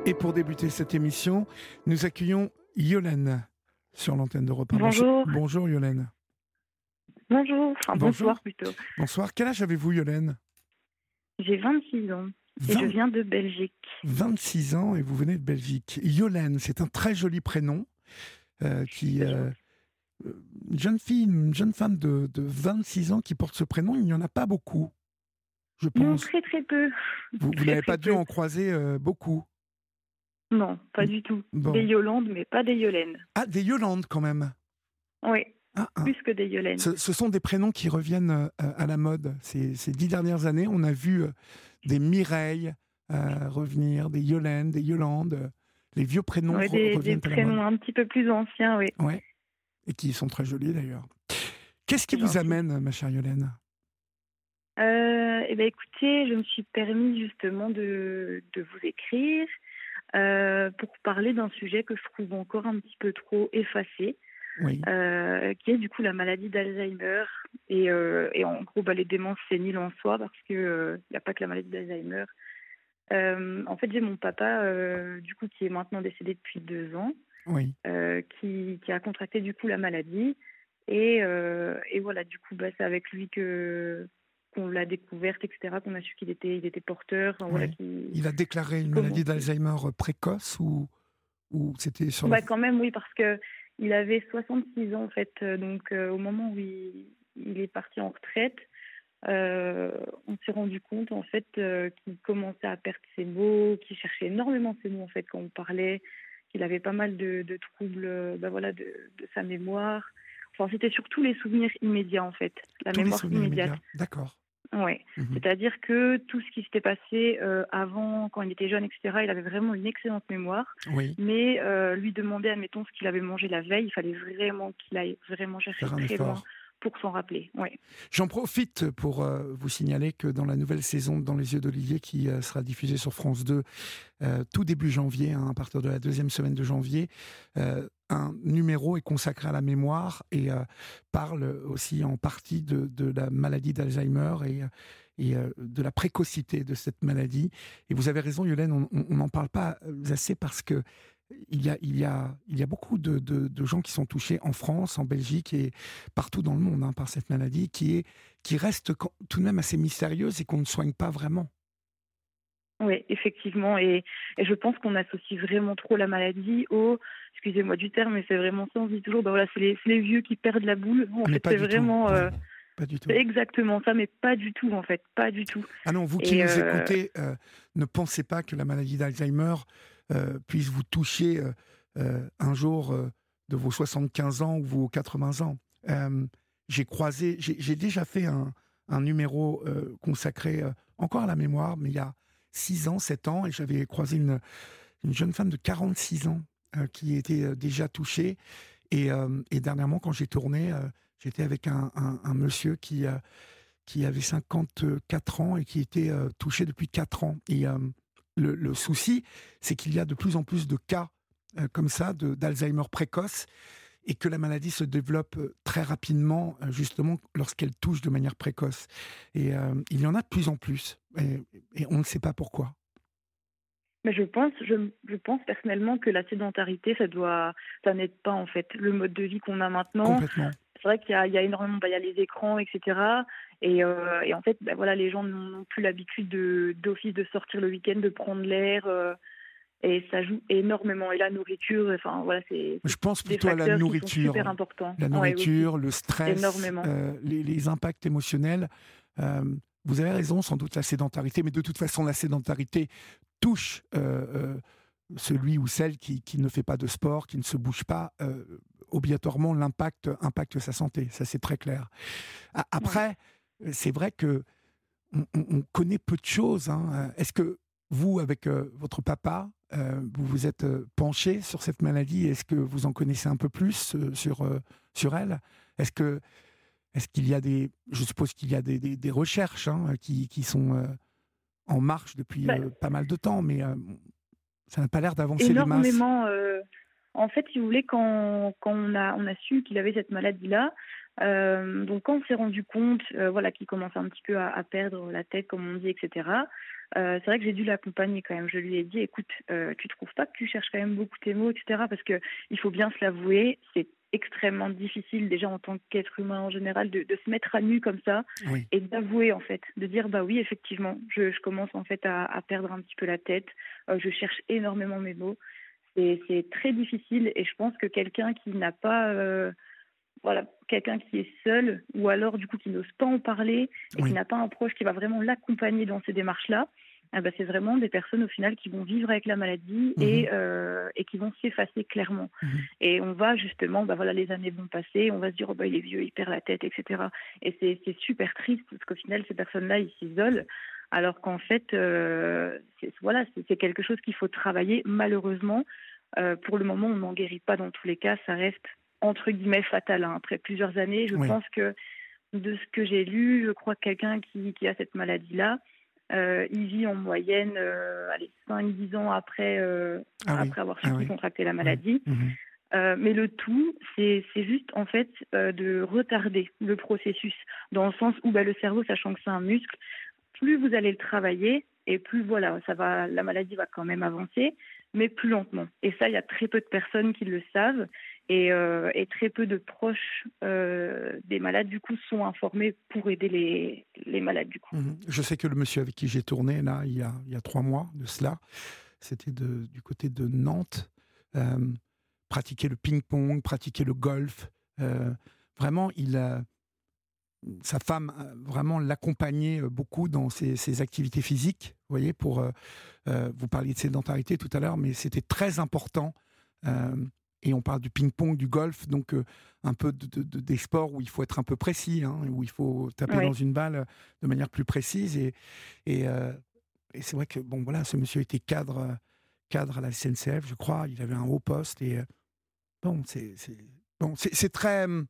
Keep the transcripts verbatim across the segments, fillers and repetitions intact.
Et pour débuter cette émission, nous accueillons Yolène sur l'antenne d'Europe un. Bonjour. Bonjour Yolène. Bonjour, enfin Bonjour. bonsoir plutôt. Bonsoir. Quel âge avez-vous Yolène? J'ai vingt-six ans et vingt je viens de Belgique. vingt-six ans et vous venez de Belgique. Yolène, c'est un très joli prénom euh, qui... Euh, une jeune fille, une jeune femme de, de vingt-six ans qui porte ce prénom, il n'y en a pas beaucoup, je pense. Non, très très peu. Vous, très, vous n'avez très pas peu. dû en croiser euh, beaucoup. Non, pas du tout. Bon. Des Yolandes, mais pas des Yolènes. Ah, des Yolandes quand même. Oui, Ah, ah. plus que des Yolènes. Ce, ce sont des prénoms qui reviennent euh, à la mode. Ces, ces dix dernières années, on a vu euh, des Mireille euh, revenir, des Yolènes, des Yolandes. Euh, les vieux prénoms Ouais, re- des, reviennent des à la mode. prénoms un petit peu plus anciens, oui. Ouais. Et qui sont très jolis d'ailleurs. Qu'est-ce qui C'est vous gentil. amène, ma chère Yolène? Euh, eh ben, écoutez, je me suis permis justement de, de vous écrire euh, pour parler d'un sujet que je trouve encore un petit peu trop effacé. Oui. Euh, qui est du coup la maladie d'Alzheimer et, euh, et en gros bah, les démences séniles en soi, parce que euh, il n'y a pas que la maladie d'Alzheimer. Euh, en fait, j'ai mon papa euh, du coup qui est maintenant décédé depuis deux ans, Oui. euh, qui, qui a contracté du coup la maladie et, euh, et voilà, du coup bah, c'est avec lui que qu'on l'a découverte, et cetera, qu'on a su qu'il était il était porteur. Enfin, voilà, Oui. qui, Il a déclaré une comment- maladie d'Alzheimer précoce ou, ou c'était sur la... Bah quand même oui, parce que il avait soixante-six ans en fait, euh, donc euh, au moment où il, il est parti en retraite, euh, on s'est rendu compte en fait euh, qu'il commençait à perdre ses mots, qu'il cherchait énormément ses mots en fait quand on parlait, qu'il avait pas mal de, de troubles, euh, bah voilà, de, de sa mémoire. Enfin c'était surtout les souvenirs immédiats en fait, la Tous les mémoire souvenirs immédiate. immédiats. D'accord. Ouais. Mhm. C'est-à-dire que tout ce qui s'était passé euh, avant, quand il était jeune, et cetera, il avait vraiment une excellente mémoire. Oui. Mais euh, lui demander, admettons, ce qu'il avait mangé la veille, il fallait vraiment qu'il aille vraiment chercher Faire un très loin effort. pour s'en rappeler. Ouais. J'en profite pour euh, vous signaler que dans la nouvelle saison de Dans les yeux d'Olivier, qui euh, sera diffusée sur France deux euh, tout début janvier, hein, à partir de la deuxième semaine de janvier, euh, un numéro est consacré à la mémoire et euh, parle aussi en partie de, de la maladie d'Alzheimer et, et euh, de la précocité de cette maladie. Et vous avez raison, Yolène, on n'en parle pas assez parce que il y a, il y a, il y a beaucoup de, de, de gens qui sont touchés en France, en Belgique et partout dans le monde hein, par cette maladie qui, est, qui reste quand- tout de même assez mystérieuse et qu'on ne soigne pas vraiment. Oui, effectivement. Et, et je pense qu'on associe vraiment trop la maladie au, excusez-moi du terme, mais c'est vraiment ça, on se dit toujours, bah voilà, c'est les, c'est les vieux qui perdent la boule. Non, en Mais fait, pas c'est du vraiment... tout. euh, Pas du tout. c'est exactement ça, mais pas du tout, en fait. Pas du tout. Ah non, vous qui Et, nous euh, écoutez, euh, ne pensez pas que la maladie d'Alzheimer euh, puisse vous toucher euh, euh, un jour euh, de vos soixante-quinze ans ou vos quatre-vingts ans. Euh, j'ai croisé, j'ai, j'ai déjà fait un, un numéro euh, consacré euh, encore à la mémoire, mais il y a six ans, sept ans, et j'avais croisé une, une jeune femme de quarante-six ans euh, qui était euh, déjà touchée. Et, euh, et dernièrement, quand j'ai tourné, euh, j'étais avec un, un, un monsieur qui... Euh, qui avait cinquante-quatre ans et qui était euh, touché depuis quatre ans. Et euh, le, le souci, c'est qu'il y a de plus en plus de cas euh, comme ça, de, d'Alzheimer précoce, et que la maladie se développe euh, très rapidement, euh, justement, lorsqu'elle touche de manière précoce. Et euh, il y en a de plus en plus, et, et on ne sait pas pourquoi. Mais je pense, je, je pense personnellement que la sédentarité, ça doit, ça n'aide pas en fait. Le mode de vie qu'on a maintenant, Complètement. c'est vrai qu'il y a, il y a énormément, bah, il y a les écrans, et cetera. Et, euh, et en fait, bah, voilà, les gens n'ont plus l'habitude de, d'office de sortir le week-end, de prendre l'air, euh, et ça joue énormément. Et la nourriture, enfin voilà, c'est, Je pense c'est des plutôt à la facteurs qui sont nourriture. super importants. La Ouais, nourriture, aussi, le stress, énormément. euh, les, les impacts émotionnels. Euh, vous avez raison, sans doute la sédentarité, mais de toute façon, la sédentarité touche euh, euh, celui ou celle qui, qui ne fait pas de sport, qui ne se bouge pas. Euh, obligatoirement, l'impact impacte sa santé, ça c'est très clair. A- Après, ouais. C'est vrai que on, on- on connaît peu de choses. Hein. Est-ce que vous, avec euh, votre papa, euh, vous vous êtes euh, penché sur cette maladie? Est-ce que vous en connaissez un peu plus euh, sur, euh, sur elle? Est-ce que est-ce qu'il y a des, je suppose qu'il y a des, des, des recherches hein, qui, qui sont euh, en marche depuis Bah, euh, pas mal de temps, mais euh, ça n'a pas l'air d'avancer les masses. énormément. Euh, En fait, si vous voulez, quand, quand on, a, on a su qu'il avait cette maladie-là, euh, donc quand on s'est rendu compte euh, voilà, qu'il commençait un petit peu à, à perdre la tête, comme on dit, et cetera, euh, c'est vrai que j'ai dû l'accompagner quand même. Je lui ai dit, écoute, euh, tu trouves pas que tu cherches quand même beaucoup tes mots, et cetera. Parce qu'il faut bien se l'avouer, c'est extrêmement difficile déjà en tant qu'être humain en général de, de se mettre à nu comme ça Oui. et d'avouer en fait, de dire bah oui effectivement, je, je commence en fait à, à perdre un petit peu la tête, euh, je cherche énormément mes mots. C'est, c'est très difficile et je pense que quelqu'un qui n'a pas, euh, voilà, quelqu'un qui est seul ou alors du coup qui n'ose pas en parler et qui Oui. n'a pas un proche qui va vraiment l'accompagner dans ces démarches-là, eh ben, c'est vraiment des personnes au final qui vont vivre avec la maladie Mhm. et, euh, et qui vont s'effacer clairement. Mhm. Et on va justement, bah voilà, les années vont passer, on va se dire, oh bah, il est vieux, il perd la tête, et cetera. Et c'est, c'est super triste parce qu'au final, ces personnes-là, ils s'isolent. Alors qu'en fait, euh, c'est, voilà, c'est, c'est quelque chose qu'il faut travailler. Malheureusement, euh, pour le moment, on n'en guérit pas dans tous les cas. Ça reste entre guillemets fatal. Hein. Après plusieurs années, je Oui. pense que de ce que j'ai lu, je crois que quelqu'un qui, qui a cette maladie-là, euh, il vit en moyenne euh, allez, cinq dix ans après, euh, Ah oui. après avoir su Ah qu'il oui. contractait la Oui. maladie. Mhm. Euh, mais le tout, c'est, c'est juste en fait euh, de retarder le processus, dans le sens où bah, le cerveau, sachant que c'est un muscle, plus vous allez le travailler et plus voilà, ça va, la maladie va quand même avancer, mais plus lentement. Et ça, il y a très peu de personnes qui le savent et, euh, et très peu de proches euh, des malades du coup sont informés pour aider les, les malades du coup. Mhm. Je sais que le monsieur avec qui j'ai tourné là il y a, il y a trois mois de cela, c'était de, du côté de Nantes, euh, pratiquer le ping-pong, pratiquer le golf. Euh, vraiment, il a, sa femme a vraiment l'accompagnait beaucoup dans ses, ses activités physiques. Vous voyez, pour euh, euh, vous parliez de sédentarité tout à l'heure, mais c'était très important. Euh, et on parle du ping-pong, du golf, donc euh, un peu de, de- de- des sports où il faut être un peu précis, hein, où il faut taper dans Oui, une balle de manière plus précise. Et, et, euh, et c'est vrai que bon, voilà, ce monsieur était cadre, euh, cadre à la S N C F, je crois. Il avait un haut poste. Et euh, bon, c'est c'est- bon, c'est c'est très. hum,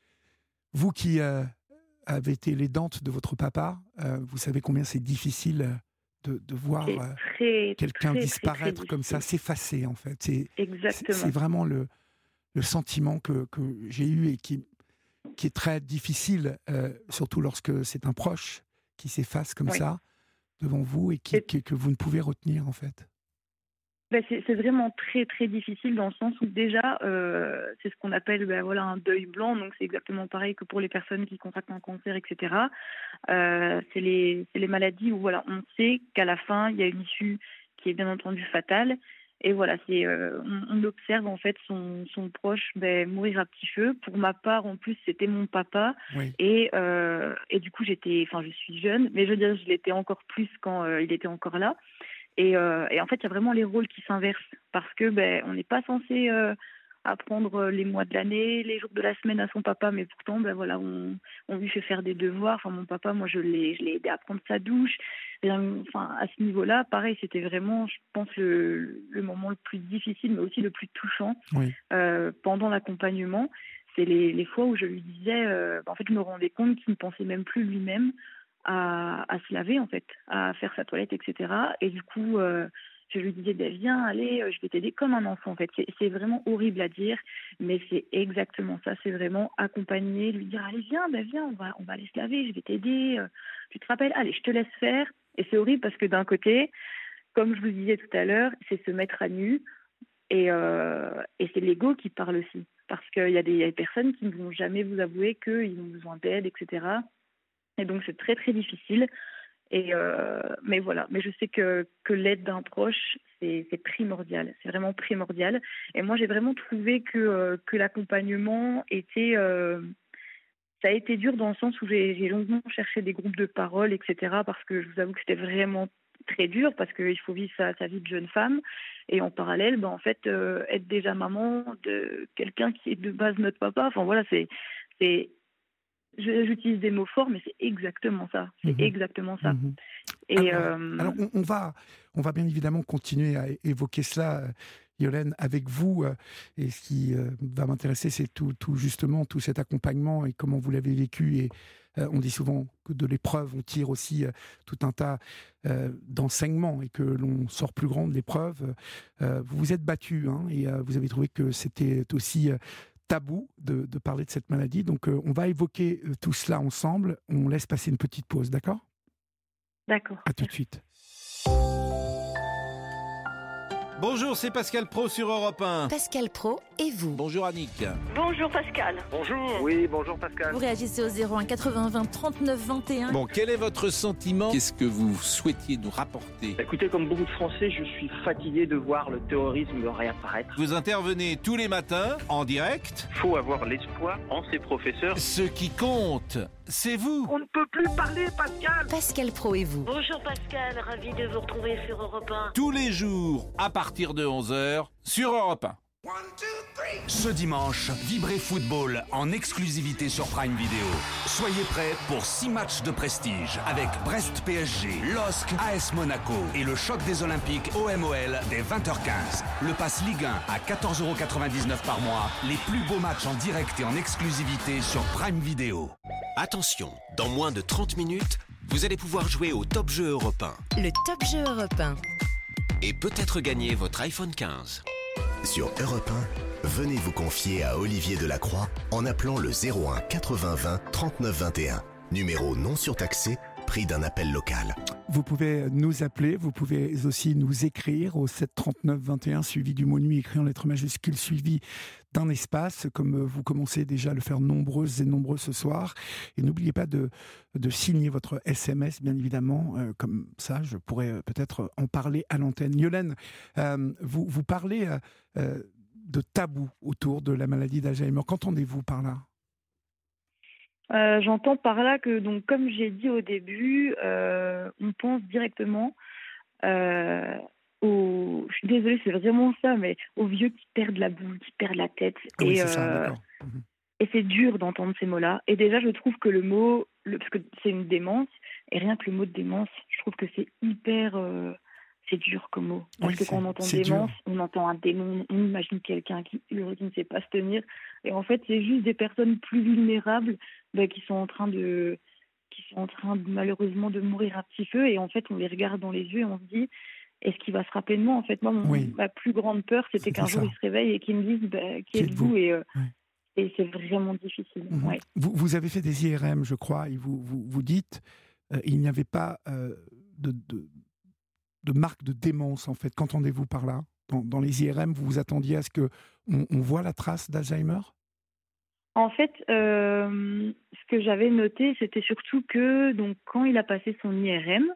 Vous qui euh, avez été l'aidante de votre papa, euh, vous savez combien c'est difficile euh, de, de voir c'est euh, très quelqu'un très très très disparaître comme ça, difficile. s'effacer en fait. C'est c'est c'est Exactement. vraiment le, le sentiment que, que j'ai eu et qui, qui est très difficile, euh, surtout lorsque c'est un proche qui s'efface comme Oui. ça devant vous et qui, qui- que vous ne pouvez retenir en fait. Ben, c'est, c'est vraiment très très difficile dans le sens où déjà euh, c'est ce qu'on appelle ben, voilà, un deuil blanc, donc c'est exactement pareil que pour les personnes qui contractent un cancer, et cetera. Euh, c'est, les, c'est les maladies où voilà, on sait qu'à la fin il y a une issue qui est bien entendu fatale. Et voilà, c'est, euh, on, on observe en fait son, son proche ben, mourir à petit feu. Pour ma part, en plus, c'était mon papa. Oui, Et, euh, et du coup, j'étais, enfin, je suis jeune, mais je veux dire, je l'étais encore plus quand euh, il était encore là. Et, euh, et en fait, il y a vraiment les rôles qui s'inversent parce que ben, on n'est pas censé euh, apprendre les mois de l'année, les jours de la semaine à son papa, mais pourtant, ben voilà, on, on lui fait faire des devoirs. Enfin, mon papa, moi, je l'ai, je l'ai aidé à prendre sa douche. Et, euh, enfin, à ce niveau-là, pareil, c'était vraiment, je pense, le, le moment le plus difficile, mais aussi le plus touchant oui. euh, pendant l'accompagnement. C'est les, les fois où je lui disais, euh, en fait, je me rendais compte qu'il ne pensait même plus lui-même à, à se laver, en fait, à faire sa toilette, et cetera. Et du coup, euh, je lui disais, ben, viens, allez, euh, je vais t'aider comme un enfant, en fait. C'est, c'est vraiment horrible à dire, mais c'est exactement ça. C'est vraiment accompagner, lui dire, allez, viens, ben, viens, on va, on va aller se laver, je vais t'aider. euh, Tu te rappelles, allez, je te laisse faire. Et c'est horrible parce que d'un côté, comme je vous disais tout à l'heure, c'est se mettre à nu et, euh, et c'est l'ego qui parle aussi. Parce qu'il y a des, il y a des personnes qui ne vont jamais vous avouer qu'ils ont besoin d'aide, et cetera. Et donc c'est très très difficile. Et euh, mais voilà, mais je sais que, que l'aide d'un proche, c'est, c'est primordial, c'est vraiment primordial. Et moi j'ai vraiment trouvé que, euh, que l'accompagnement était... euh, ça a été dur dans le sens où j'ai, j'ai longuement cherché des groupes de parole, et cetera. Parce que je vous avoue que c'était vraiment très dur parce qu'il faut vivre sa, sa vie de jeune femme. Et en parallèle, ben, en fait, euh, être déjà maman de quelqu'un qui est de base notre papa, enfin voilà, c'est... c'est je- j'utilise des mots forts, mais c'est exactement ça. C'est Mhm. exactement ça. Mhm. Et, alors, euh, alors on, on va, on va bien évidemment continuer à é- évoquer cela, euh, Yolène, avec vous. euh, et ce qui euh, va m'intéresser, c'est tout, tout justement tout cet accompagnement et comment vous l'avez vécu. Et euh, on dit souvent que de l'épreuve, on tire aussi euh, tout un tas euh, d'enseignements et que l'on sort plus grand de l'épreuve. Euh, vous vous êtes battu, hein, et euh, vous avez trouvé que c'était aussi euh, tabou de, de parler de cette maladie. Donc, euh, on va évoquer euh, tout cela ensemble. On laisse passer une petite pause, d'accord ? d'accord. À tout de suite. Bonjour, c'est Pascal Pro sur Europe un. Pascal Pro et vous. Bonjour Annick. Bonjour Pascal. Bonjour. Oui, bonjour Pascal. Vous réagissez au zéro un quatre-vingts vingt trente-neuf vingt et un. Bon, quel est votre sentiment ? Qu'est-ce que vous souhaitiez nous rapporter ? Écoutez, comme beaucoup de Français, je suis fatigué de voir le terrorisme réapparaître. Vous intervenez tous les matins, en direct. Il faut avoir l'espoir en ses professeurs. Ce qui compte, c'est vous. On ne peut plus parler, Pascal. Pascal Pro et vous. Bonjour Pascal, ravi de vous retrouver sur Europe un. Tous les jours, à partir de onze heures, sur Europe un. Ce dimanche, Vibrez Football en exclusivité sur Prime Video. Soyez prêts pour six matchs de prestige avec Brest P S G, L O S C A S Monaco et le choc des Olympiques O M O L dès vingt heures quinze. Le pass Ligue un à quatorze euros quatre-vingt-dix-neuf par mois. Les plus beaux matchs en direct et en exclusivité sur Prime Video. Attention, dans moins de trente minutes, vous allez pouvoir jouer au Top Jeu Europe un Le Top Jeu Europe un. et peut-être gagner votre iPhone quinze. Sur Europe un, venez vous confier à Olivier Delacroix en appelant le zéro un quatre-vingts vingt trente-neuf vingt et un. Numéro non surtaxé, prix d'un appel local. Vous pouvez nous appeler, vous pouvez aussi nous écrire au sept trente-neuf vingt et un, suivi du mot nuit, écrit en lettres majuscules, suivi d'un espace, comme vous commencez déjà à le faire nombreuses et nombreux ce soir. Et n'oubliez pas de, de signer votre S M S, bien évidemment. Euh, comme ça, je pourrais euh, peut-être en parler à l'antenne. Yolène, euh, vous, vous parlez euh, euh, de tabou autour de la maladie d'Alzheimer. Qu'entendez-vous par là ? Euh, j'entends par là que, donc, comme j'ai dit au début, euh, on pense directement euh, aux... Je suis désolée, c'est vraiment ça, mais aux vieux qui perdent la boule, qui perdent la tête. Ah oui, et, c'est ça, euh, d'accord. Mhm. et c'est dur d'entendre ces mots-là. Et déjà, je trouve que le mot, le, parce que c'est une démence, et rien que le mot de démence, je trouve que c'est hyper... euh, c'est dur comme mot. Parce Oui, que c'est- quand on entend c'est démence, dur. on entend un démon, on imagine quelqu'un qui hurle, qui ne sait pas se tenir. Et en fait, c'est juste des personnes plus vulnérables bah, qui sont en train de qui sont en train de, malheureusement de mourir à petit feu. Et en fait, on les regarde dans les yeux et on se dit, est-ce qu'il va se rappeler de moi ? En fait, moi, mon- Oui. ma plus grande peur, c'était C'était qu'un jour, ça. ils se réveillent et qu'ils me disent, bah, qui Qui êtes-vous ? êtes-vous ? Et, euh, Ouais. et c'est vraiment difficile. Mhm. Ouais. Vous, vous avez fait des I R M, je crois, et vous, vous, vous dites euh, il n'y avait pas euh, de, de, de marque de démence, en fait. Qu'entendez-vous par là ? dans, dans les I R M, vous vous attendiez à ce qu'on on voit la trace d'Alzheimer ? En fait, euh, ce que j'avais noté, c'était surtout que donc quand il a passé son I R M,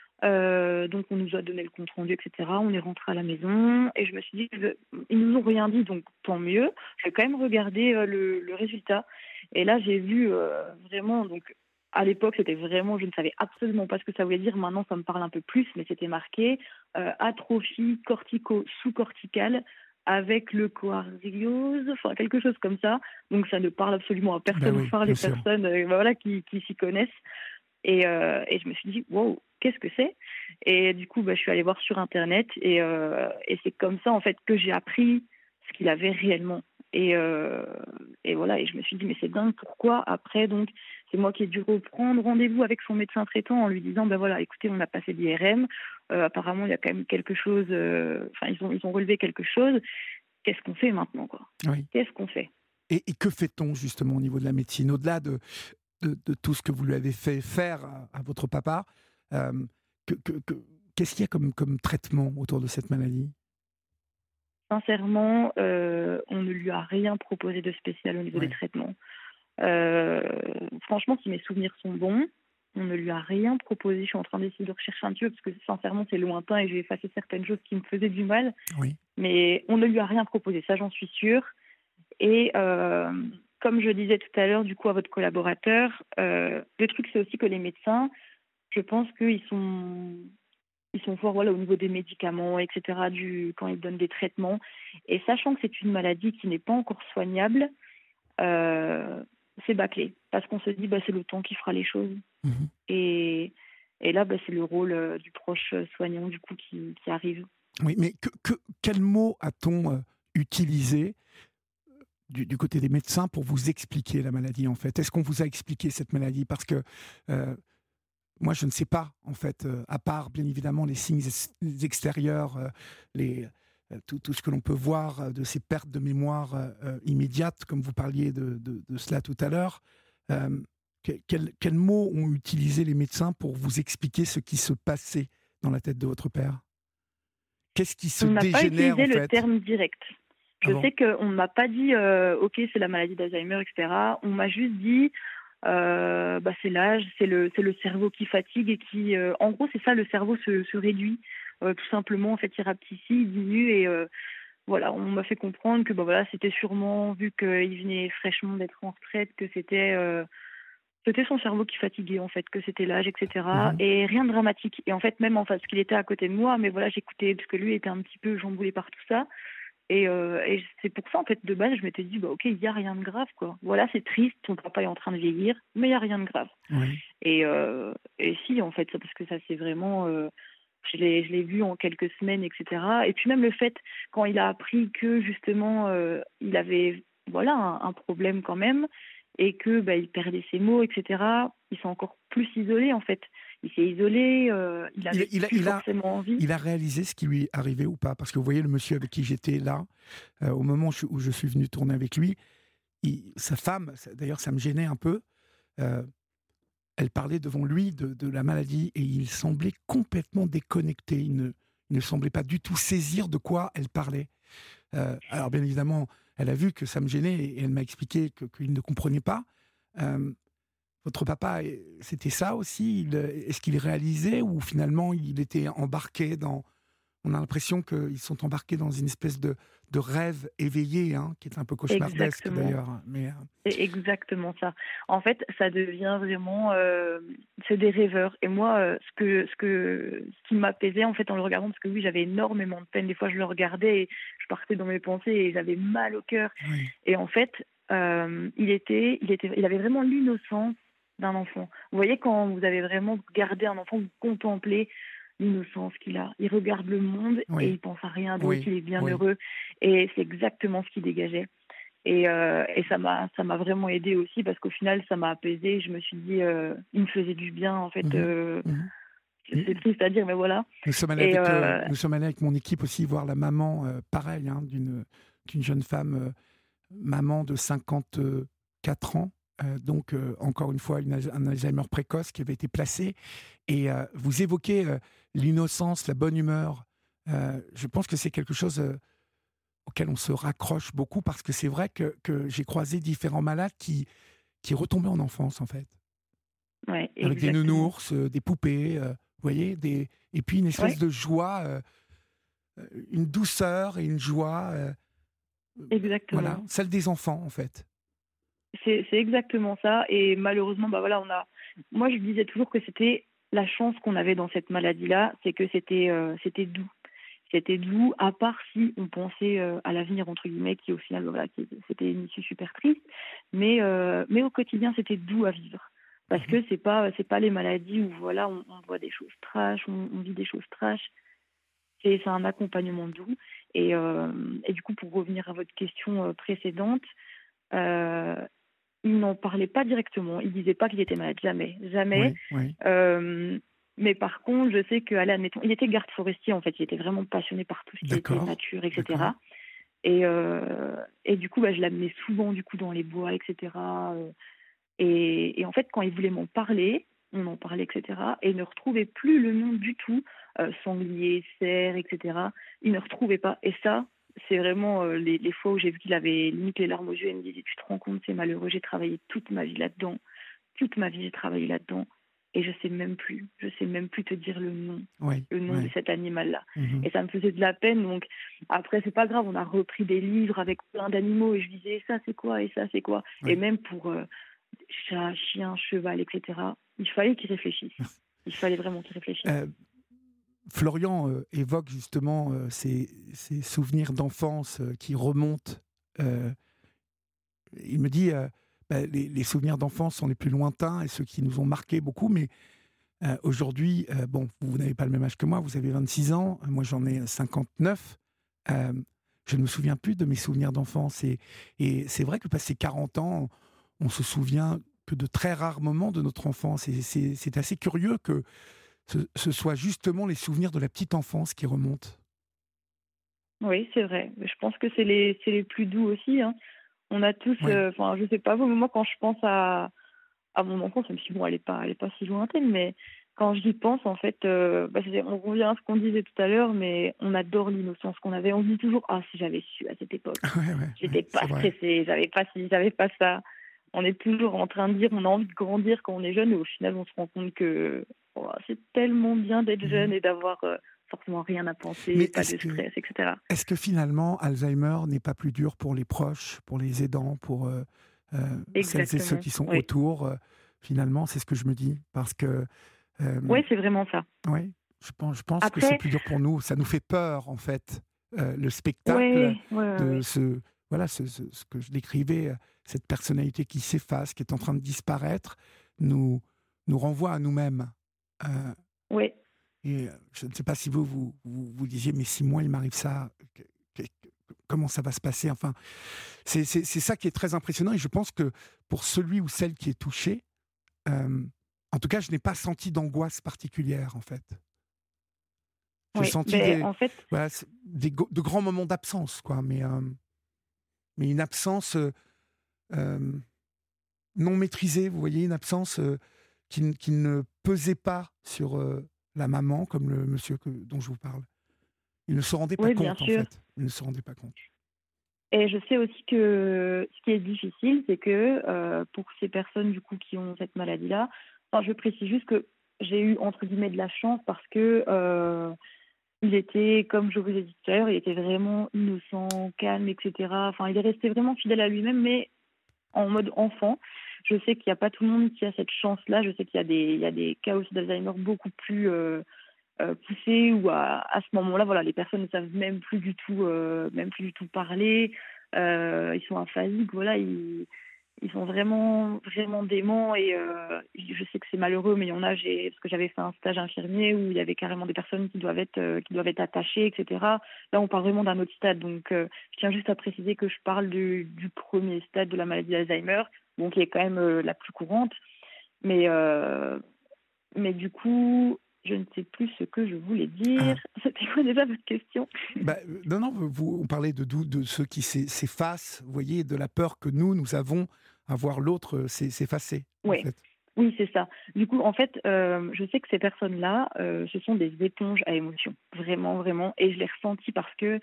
euh, donc on nous a donné le compte rendu, et cetera. On est rentré à la maison et je me suis dit, je- ils nous ont rien dit, donc tant mieux. Je vais quand même regarder euh, le, le résultat. Et là, j'ai vu euh, vraiment, donc à l'époque, c'était vraiment, je ne savais absolument pas ce que ça voulait dire. Maintenant, ça me parle un peu plus, mais c'était marqué euh, atrophie cortico-sous-corticale avec le coardiose, enfin quelque chose comme ça. Donc ça ne parle absolument à personne, Ben oui, enfin bien les sûr. personnes euh, ben voilà, qui, qui s'y connaissent. Et, euh, et je me suis dit, wow, qu'est-ce que c'est ? Et du coup, bah, je suis allée voir sur Internet et, euh, et c'est comme ça en fait que j'ai appris ce qu'il avait réellement. Et, euh, et voilà, et je me suis dit, mais c'est dingue, pourquoi après, donc, c'est moi qui ai dû reprendre rendez-vous avec son médecin traitant en lui disant, ben voilà, écoutez, on a passé l'I R M, euh, apparemment, il y a quand même quelque chose, euh, enfin, ils ont, ils ont relevé quelque chose, qu'est-ce qu'on fait maintenant, quoi ? Oui. Qu'est-ce qu'on fait ? Et, et que fait-on justement au niveau de la médecine, au-delà de, de, de tout ce que vous lui avez fait faire à, à votre papa euh, que, que- que- Qu'est-ce qu'il y a comme, comme traitement autour de cette maladie ? Sincèrement, euh, on ne lui a rien proposé de spécial au niveau Ouais. des traitements. Euh, franchement, si mes souvenirs sont bons, on ne lui a rien proposé. Je suis en train d'essayer de rechercher un petit peu parce que sincèrement, c'est lointain et j'ai effacé certaines choses qui me faisaient du mal. Oui. Mais on ne lui a rien proposé, ça j'en suis sûre. Et euh, comme je disais tout à l'heure, du coup, à votre collaborateur, euh, le truc, c'est aussi que les médecins, je pense qu'ils sont... Ils sont forts voilà, au niveau des médicaments, et cetera, du, quand ils donnent des traitements. Et sachant que c'est une maladie qui n'est pas encore soignable, euh, c'est bâclé. Parce qu'on se dit, bah, c'est le temps qui fera les choses. Mhm. Et, Et là, bah, c'est le rôle euh, du proche soignant du coup qui, qui arrive. Oui, mais que, que, quel mot a-t-on euh, utilisé du, du côté des médecins pour vous expliquer la maladie, en fait? Est-ce qu'on vous a expliqué cette maladie? Parce que euh, moi, je ne sais pas, en fait, euh, à part, bien évidemment, les signes ex- extérieurs, euh, les, euh, tout, tout ce que l'on peut voir euh, de ces pertes de mémoire euh, euh, immédiates, comme vous parliez de, de, de cela tout à l'heure. Euh, que, quel, quels mots ont utilisé les médecins pour vous expliquer ce qui se passait dans la tête de votre père? Qu'est-ce qui se On n'a pas dégénère, utilisé en le fait? terme direct. Je Ah bon? sais qu'on ne m'a pas dit euh, « Ok, c'est la maladie d'Alzheimer, et cetera » On m'a juste dit euh, bah, « C'est l'âge, c'est le, c'est le cerveau qui fatigue et qui… Euh, en gros, c'est ça, le cerveau se, se réduit. Euh, tout simplement, en fait, il rapetissait, il diminue. Et euh, voilà, on m'a fait comprendre que bah, voilà, c'était sûrement, vu qu'il venait fraîchement d'être en retraite, que c'était… Euh, C'était son cerveau qui fatiguait, en fait, que c'était l'âge, et cetera. Mhm. Et rien de dramatique. Et en fait, même en fait, parce qu'il était à côté de moi, mais voilà, j'écoutais, parce que lui était un petit peu chamboulé par tout ça. Et, euh, et c'est pour ça, en fait, de base, je m'étais dit, bah, ok, il n'y a rien de grave, quoi. Voilà, c'est triste, ton papa est en train de vieillir, mais il n'y a rien de grave. Oui. Et, euh, et si, en fait, ça, parce que ça, c'est vraiment… Euh, je l'ai, je l'ai vu en quelques semaines, et cetera. Et puis même le fait, quand il a appris que, justement, euh, il avait, voilà, un, un problème quand même, et que bah, il perdait ses mots, et cetera. Il s'est encore plus isolé, en fait. Il s'est isolé, euh, il avait Il, il a, plus il, a, forcément envie. il a réalisé ce qui lui arrivait ou pas? Parce que vous voyez, le monsieur avec qui j'étais là, euh, au moment où je, où je suis venu tourner avec lui, il, sa femme, ça- d'ailleurs ça me gênait un peu, euh, elle parlait devant lui de, de la maladie et il semblait complètement déconnecté. Il ne, il ne semblait pas du tout saisir de quoi elle parlait. Euh, alors bien évidemment, elle a vu que ça me gênait et elle m'a expliqué que- qu'il ne comprenait pas. Euh, votre papa, eh, c'était ça aussi? Il- Est-ce qu'il réalisait ou finalement il était embarqué dans… On a l'impression qu'ils sont embarqués dans une espèce de, de rêve éveillé, hein, qui est un peu cauchemardesque Exactement. d'ailleurs. Mais, euh, C'est exactement ça. En fait, ça devient vraiment, euh, c'est des rêveurs. Et moi, euh, ce que, ce que, ce qui m'apaisait en fait en le regardant, parce que oui, j'avais énormément de peine. Des fois, je le regardais et je partais dans mes pensées et j'avais mal au cœur. oui. Et en fait, euh, il était, il était, il avait vraiment l'innocence d'un enfant. Vous voyez, quand vous avez vraiment gardé un enfant, vous contemplez l'innocence qu'il a. Il regarde le monde Oui. et il pense à rien d'autre. Oui. Il est bien Oui. heureux. Et c'est exactement ce qu'il dégageait. Et, euh, et ça m'a ça m'a vraiment aidé aussi parce qu'au final ça m'a apaisée. Je me suis dit euh, il me faisait du bien en fait. Mhm. Euh, Mhm. c'est triste à dire mais voilà. Nous sommes allés, Et, avec, euh, euh, nous sommes allés avec mon équipe aussi voir la maman, euh, pareil, hein, d'une, d'une jeune femme, euh, maman de cinquante-quatre ans, euh, donc euh, encore une fois une, Al- un Alzheimer précoce qui avait été placé. Et euh, vous évoquez euh, l'innocence, la bonne humeur. Euh, je pense que c'est quelque chose euh, auquel on se raccroche beaucoup parce que c'est vrai que, que j'ai croisé différents malades qui, qui retombaient en enfance en fait. ouais, Avec des exactement. nounours, euh, des poupées, euh, vous voyez, des... et puis une espèce Ouais. de joie, euh, euh, une douceur et une joie, euh, Exactement. voilà, celle des enfants en fait. C'est c'est exactement ça. Et malheureusement bah voilà on a. Moi je disais toujours que c'était la chance qu'on avait dans cette maladie là, c'est que c'était euh, c'était doux. C'était doux, à part si on pensait euh, à l'avenir, entre guillemets, qui au final, voilà, qui- c'était une issue super triste. Mais, euh, mais au quotidien, c'était doux à vivre. Parce que c'est pas, c'est pas les maladies où voilà, on, on voit des choses trash, on, on vit des choses trash. C'est, c'est un accompagnement doux. Et, euh, et du coup, pour revenir à votre question euh, précédente, euh, il n'en parlait pas directement. Il disait pas qu'il était malade, jamais, jamais. Oui, oui. Euh, mais par contre, je sais qu'à admettons, il était garde forestier en fait, il était vraiment passionné par tout ce qui était D'accord, nature, et d'accord. cetera. Et, euh, et du coup, bah, je l'amenais souvent du coup dans les bois, et cetera. euh, Et, et en fait, quand il voulait m'en parler, on en parlait, et cetera. Et il ne retrouvait plus le nom du tout, euh, sanglier, cerf, et cetera. Il ne retrouvait pas. Et ça, c'est vraiment euh, les, les fois où j'ai vu qu'il avait limite les larmes aux yeux. Il me disait, tu te rends compte, c'est malheureux, j'ai travaillé toute ma vie là-dedans. Toute ma vie, j'ai travaillé là-dedans. Et je sais même plus, je sais même plus te dire le nom, Oui, le nom oui. de cet animal-là. Mhm. Et ça me faisait de la peine. Donc après, c'est pas grave, on a repris des livres avec plein d'animaux et je disais ça c'est quoi et ça c'est quoi. Oui. Et même pour euh, chat, chien, cheval, et cetera. Il fallait qu'il réfléchisse. Il fallait vraiment qu'il réfléchisse. Euh, Florian euh, évoque justement euh, ces, ces souvenirs d'enfance euh, qui remontent. Euh, il me dit, euh, bah, les, les souvenirs d'enfance sont les plus lointains et ceux qui nous ont marqués beaucoup, mais Euh, aujourd'hui, euh, bon, vous, vous n'avez pas le même âge que moi, vous avez vingt-six ans, moi j'en ai cinquante-neuf. Euh, je ne me souviens plus de mes souvenirs d'enfance. Et, et c'est vrai que passé quarante ans, on, on se souvient que de très rares moments de notre enfance. Et c'est, c'est assez curieux que ce, ce soit justement les souvenirs de la petite enfance qui remontent. Oui, c'est vrai. Je pense que c'est les, c'est les plus doux aussi. Hein. On a tous, enfin, Oui. euh, je sais pas, vous, mais moi, quand je pense à, à mon enfance, même si bon, elle est pas, elle est pas si lointaine, mais quand j'y pense, en fait, euh, bah, c'est- on revient à ce qu'on disait tout à l'heure, mais on adore l'innocence qu'on avait. On se dit toujours, ah, si j'avais su à cette époque, Ouais, ouais, j'étais ouais, pas c'est vrai. stressée, j'avais pas ci, j'avais pas ça. On est toujours en train de dire, on a envie de grandir quand on est jeune, et au final, on se rend compte que oh, c'est tellement bien d'être Mhm. jeune et d'avoir euh, forcément rien à penser, Mais pas est-ce de que, stress, et cetera. est-ce que finalement, Alzheimer n'est pas plus dur pour les proches, pour les aidants, pour euh, euh, celles et ceux Exactement. qui sont Oui, autour euh, Finalement, c'est ce que je me dis. Parce que, euh, ouais, c'est vraiment ça. ouais, je pense, je pense que c'est Après, plus dur pour nous. Ça nous fait peur, en fait. Euh, le spectacle ouais, ouais, ouais, de ouais. ce, voilà, ce, ce, ce que je décrivais, euh, cette personnalité qui s'efface, qui est en train de disparaître, nous, nous renvoie à nous-mêmes. Euh, Ouais. et euh, je ne sais pas si vous, vous, vous, vous disiez, mais si moi, il m'arrive ça, que- que- que- comment ça va se passer? Enfin, c'est, c'est, c'est ça qui est très impressionnant. Et je pense que pour celui ou celle qui est touché, euh, en tout cas, je n'ai pas senti d'angoisse particulière, en fait. J'ai Oui, senti ben, des, en fait, voilà, c'est des go- de grands moments d'absence, quoi, mais, euh, mais une absence euh, euh, non maîtrisée, vous voyez, une absence euh, qui, n- qui ne pesait pas sur euh, la maman, comme le monsieur que, dont je vous parle. Il ne se rendait pas oui, bien compte, en sûr. fait. Il ne se rendait pas compte. Et je sais aussi que ce qui est difficile, c'est que euh, pour ces personnes du coup qui ont cette maladie-là, enfin, je précise juste que j'ai eu entre guillemets de la chance parce que euh, il était, comme je vous ai dit tout à l'heure, il était vraiment innocent, calme, et cetera. Enfin, il est resté vraiment fidèle à lui-même, mais en mode enfant. Je sais qu'il n'y a pas tout le monde qui a cette chance-là. Je sais qu'il y a des, il y a des cas aussi d'Alzheimer beaucoup plus euh, euh, poussés où à, à ce moment-là, voilà, les personnes ne savent même plus du tout, euh, même plus du tout parler. Euh, ils sont aphasiques, voilà, ils, ils sont vraiment, vraiment déments. Et euh, je sais que c'est malheureux, mais il y en a, j'ai, parce que j'avais fait un stage infirmier où il y avait carrément des personnes qui doivent être, euh, qui doivent être attachées, et cetera. Là, on parle vraiment d'un autre stade. Donc, euh, je tiens juste à préciser que je parle du, du premier stade de la maladie d'Alzheimer, donc qui est quand même euh, la plus courante. Mais, euh, mais du coup, je ne sais plus ce que je voulais dire. Ah. C'était quoi déjà votre question? Bah, euh, non, non, vous, on parlait de, d'où- de ceux qui s'e- s'effacent, vous voyez, de la peur que nous, nous avons à voir l'autre euh, s'e- s'effacer, en Oui, fait. oui, c'est ça. Du coup, en fait, euh, je sais que ces personnes-là, euh, ce sont des éponges à émotions. Vraiment, vraiment. Et je l'ai ressenti parce que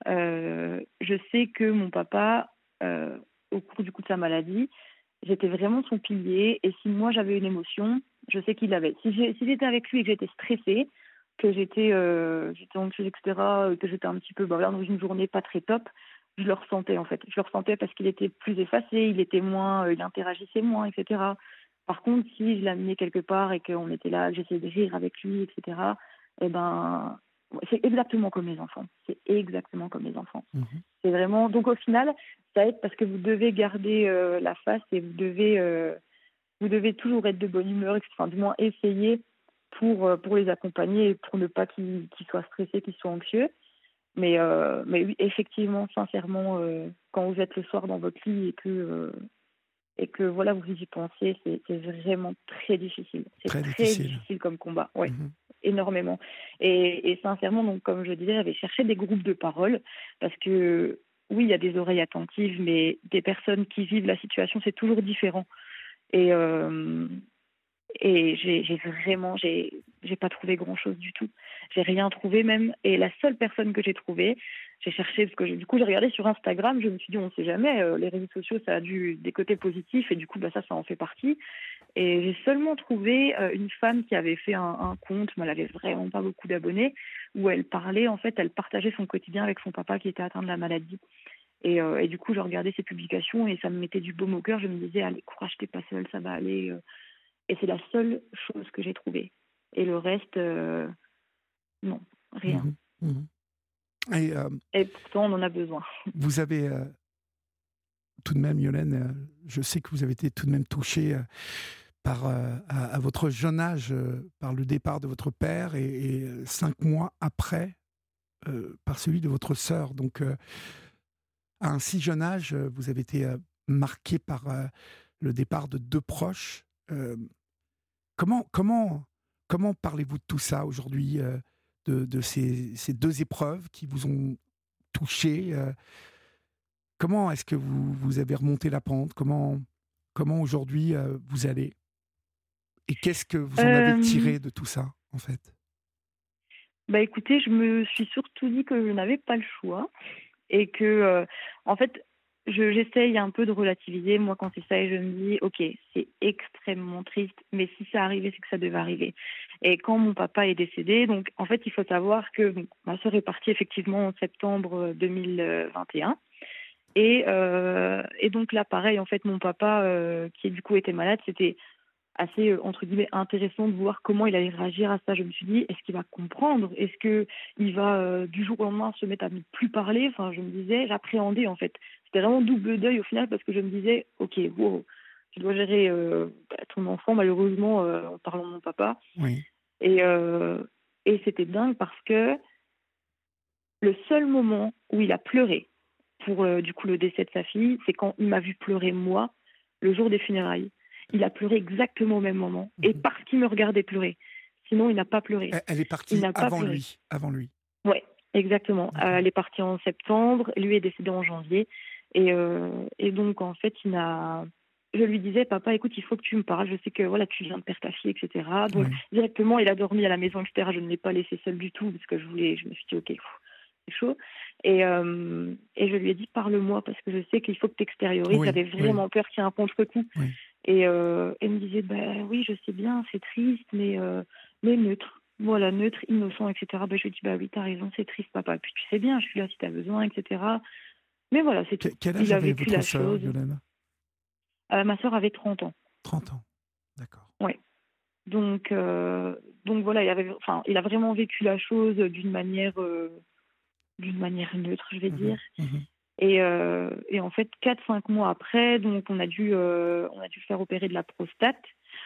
euh, je sais que mon papa, euh, au cours du coup de sa maladie, j'étais vraiment son pilier. Et si moi j'avais une émotion, je sais qu'il l'avait. Si, j'ai, si j'étais avec lui et que j'étais stressée, que j'étais, euh, j'étais anxieuse, et cetera, que j'étais un petit peu bah, voilà, dans une journée pas très top, je le ressentais en fait. Je le ressentais parce qu'il était plus effacé, il était moins, euh, il interagissait moins, et cetera. Par contre, si je l'amenais quelque part et qu'on était là, que j'essayais de rire avec lui, et cetera, eh ben, c'est exactement comme les enfants. C'est exactement comme les enfants. Mhm. C'est vraiment. Donc au final, ça aide parce que vous devez garder euh, la face et vous devez, euh, vous devez toujours être de bonne humeur, et cetera. Enfin, du moins essayer pour euh, pour les accompagner et pour ne pas qu'ils, qu'ils soient stressés, qu'ils soient anxieux. Mais euh, mais oui, effectivement, sincèrement, euh, quand vous êtes le soir dans votre lit et que euh, et que voilà, vous y pensez, c'est, c'est vraiment très difficile. C'est Très très difficile. difficile comme combat, oui, Mhm. énormément. Et, et sincèrement, donc, comme je disais, j'avais cherché des groupes de parole parce que oui, il y a des oreilles attentives, mais des personnes qui vivent la situation, c'est toujours différent. Et, euh, et j'ai, j'ai vraiment, j'ai, j'ai pas trouvé grand-chose du tout. J'ai rien trouvé même. Et la seule personne que j'ai trouvée, j'ai cherché, parce que j'ai- du coup j'ai regardé sur Instagram, je me suis dit on sait jamais, euh, les réseaux sociaux ça a du, des côtés positifs et du coup bah, ça, ça en fait partie. Et j'ai seulement trouvé euh, une femme qui avait fait un, un compte, mais elle avait vraiment pas beaucoup d'abonnés, où elle parlait, en fait, elle partageait son quotidien avec son papa qui était atteint de la maladie. Et, euh, et du coup je regardais ses publications et ça me mettait du baume au cœur. Je me disais allez, courage, t'es pas seule, ça va aller. euh. Et c'est la seule chose que j'ai trouvée. Et le reste, euh, non, rien. Mhm. Mhm. Et euh, Et pourtant, on en a besoin. vous avez euh, tout de même, Yolène, euh, je sais que vous avez été tout de même touchée euh, par, euh, à, à votre jeune âge, euh, par le départ de votre père et, et euh, cinq mois après, euh, par celui de votre sœur. Donc, euh, à un si jeune âge, euh, vous avez été euh, marqué par euh, le départ de deux proches. Euh, comment, comment, comment parlez-vous de tout ça aujourd'hui, euh, de, de ces, ces deux épreuves qui vous ont touché euh, Comment est-ce que vous, vous avez remonté la pente Comment, comment aujourd'hui euh, vous allez Et qu'est-ce que vous en Euh, avez tiré de tout ça, en fait Bah écoutez, je me suis surtout dit que je n'avais pas le choix et que, euh, en fait, je, j'essaye un peu de relativiser. Moi, quand c'est ça, et je me dis, ok, c'est extrêmement triste, mais si ça arrivait, c'est que ça devait arriver. Et quand mon papa est décédé, donc en fait, il faut savoir que donc, ma soeur est partie effectivement en septembre deux mille vingt et un. Et, euh, et donc là, pareil, en fait, mon papa, euh, qui du coup était malade, c'était assez, euh, entre guillemets, intéressant de voir comment il allait réagir à ça. Je me suis dit, est-ce qu'il va comprendre? Est-ce qu'il va, euh, du jour au lendemain, se mettre à ne plus parler? Enfin, je me disais, j'appréhendais, en fait. C'était vraiment double deuil, au final, parce que je me disais, ok, wow, tu dois gérer euh, bah, ton enfant, malheureusement, euh, en parlant de mon papa. Oui. Et, euh, et c'était dingue parce que le seul moment où il a pleuré pour, euh, du coup, le décès de sa fille, c'est quand il m'a vu pleurer, moi, le jour des funérailles. Il a pleuré exactement au même moment. Mhm. Et parce qu'il me regardait pleurer. Sinon, il n'a pas pleuré. Elle, elle est Il partie n'a pas avant pleuré. lui. Avant lui. Oui, exactement. D'accord. Euh, elle est partie en septembre. Lui est décédé en janvier. Et, euh, et donc, en fait, il n'a... je lui disais, papa, écoute, il faut que tu me parles. Je sais que voilà, tu viens de perdre ta fille, et cetera. Donc, Oui. directement, il a dormi à la maison, et cetera. Je ne l'ai pas laissé seul du tout parce que je voulais, je me suis dit, ok, pff, c'est chaud. Et, euh, et je lui ai dit, parle-moi parce que je sais qu'il faut que tu extériorises. Oui, J'avais vraiment oui. peur qu'il y ait un contre-coup. Oui. Et euh, elle me disait, bah oui, je sais bien, c'est triste, mais, euh, mais neutre. Voilà, neutre, innocent, et cetera. Bah, je lui ai dit, bah oui, t'as raison, c'est triste, papa. Puis tu sais bien, je suis là si t'as besoin, et cetera. Mais voilà, c'est Que- tout. Quel âge Il a avait vécu votre la sœur, chose. Violaine Euh, ma sœur avait trente ans. trente ans. D'accord. Ouais. Donc, euh, donc voilà, il, avait, enfin, il a vraiment vécu la chose d'une manière, euh, d'une manière neutre, je vais Mhm. dire. Mhm. Et, euh, et en fait, quatre cinq mois après, donc on a dû, euh, on a dû faire opérer de la prostate.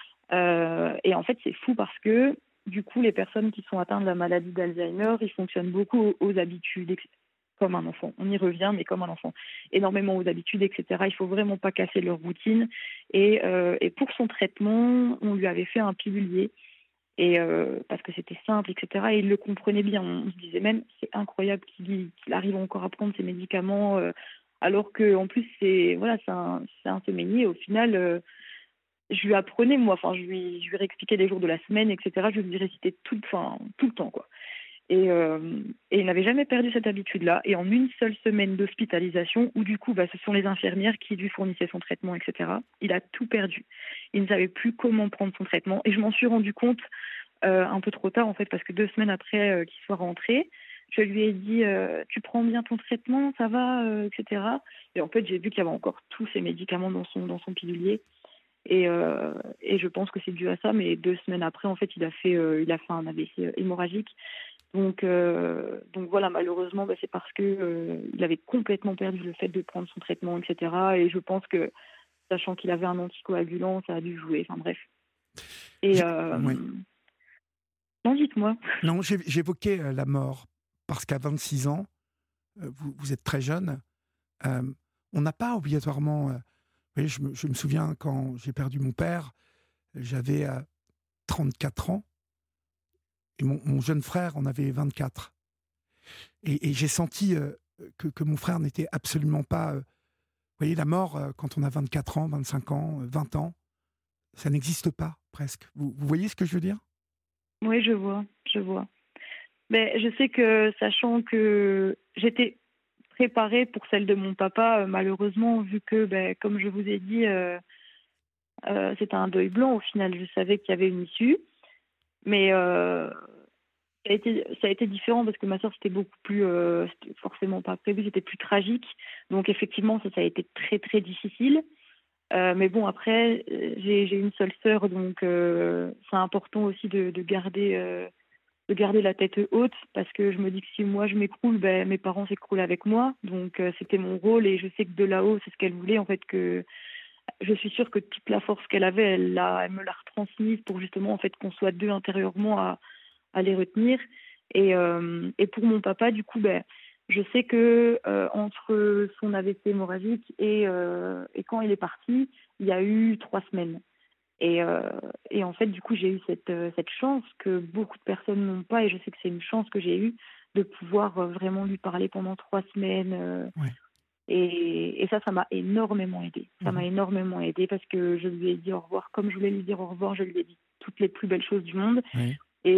Euh, et en fait, c'est fou parce que du coup, les personnes qui sont atteintes de la maladie d'Alzheimer, ils fonctionnent beaucoup aux, aux habitudes, et cetera, comme un enfant. On y revient, mais comme un enfant. Énormément aux habitudes, et cetera. Il faut vraiment pas casser leur routine. Et, euh, et pour son traitement, on lui avait fait un pilulier. Et euh, parce que c'était simple, et cetera. Et il le comprenait bien. On se disait même, c'est incroyable qu'il, qu'il arrive encore à prendre ses médicaments, euh, alors que en plus c'est voilà, c'est un, c'est un séménier. Au final, euh, je lui apprenais moi, enfin je lui, je lui réexpliquais les jours de la semaine, et cetera. Je lui récitais tout, enfin tout le temps quoi. Et, euh, et il n'avait jamais perdu cette habitude-là. Et en une seule semaine d'hospitalisation, où du coup, bah, ce sont les infirmières qui lui fournissaient son traitement, et cetera. Il a tout perdu. Il ne savait plus comment prendre son traitement. Et je m'en suis rendu compte euh, un peu trop tard, en fait, parce que deux semaines après euh, qu'il soit rentré, je lui ai dit euh, tu prends bien ton traitement, ça va, euh, et cetera. Et en fait, j'ai vu qu'il y avait encore tous ces médicaments dans son, dans son pilulier. Et, euh, et je pense que c'est dû à ça. Mais deux semaines après, en fait, il a fait, euh, il a fait un A V C hémorragique. Donc, euh, donc voilà, malheureusement, bah, c'est parce que euh, il avait complètement perdu le fait de prendre son traitement, et cetera. Et je pense que, sachant qu'il avait un anticoagulant, ça a dû jouer. Enfin bref. Et euh, Oui. non, dites-moi. Non, j'ai- j'évoquais euh, la mort parce qu'à vingt-six ans, euh, vous, vous êtes très jeune. euh, on n'a pas obligatoirement. euh, vous voyez, je me, je me souviens quand j'ai perdu mon père, j'avais euh, trente-quatre ans. Et mon, mon jeune frère en avait vingt-quatre. Et, et j'ai senti euh, que, que mon frère n'était absolument pas... euh, vous voyez, la mort, euh, quand on a vingt-quatre ans, vingt-cinq ans, euh, vingt ans, ça n'existe pas, presque. Vous, vous voyez ce que je veux dire? Oui, je vois, je vois. Mais je sais que, sachant que j'étais préparée pour celle de mon papa, euh, malheureusement, vu que, ben, comme je vous ai dit, euh, euh, c'était un deuil blanc au final. Je savais qu'il y avait une issue. Mais euh, ça, a été, ça a été différent parce que ma soeur, c'était beaucoup plus, euh, c'était forcément pas prévu, c'était plus tragique. Donc effectivement, ça, ça a été très très difficile. Euh, mais bon, après, j'ai, j'ai une seule sœur, donc euh, c'est important aussi de, de garder, euh, de garder la tête haute parce que je me dis que si moi je m'écroule, ben, mes parents s'écroulent avec moi. Donc euh, c'était mon rôle et je sais que de là-haut, c'est ce qu'elle voulait en fait que je suis sûre que toute la force qu'elle avait, elle, l'a, elle me l'a retransmise pour justement en fait qu'on soit deux intérieurement à, à les retenir. Et, euh, et pour mon papa, du coup, ben, je sais que euh, entre son A V C hémorragique et, euh, et quand il est parti, il y a eu trois semaines. Et, euh, et en fait, du coup, j'ai eu cette, euh, cette chance que beaucoup de personnes n'ont pas, et je sais que c'est une chance que j'ai eue de pouvoir euh, vraiment lui parler pendant trois semaines. Euh, ouais. et, et ça, ça m'a énormément aidée. Ça mmh. m'a énormément aidée parce que je lui ai dit au revoir. Comme je voulais lui dire au revoir, je lui ai dit toutes les plus belles choses du monde. Ouais.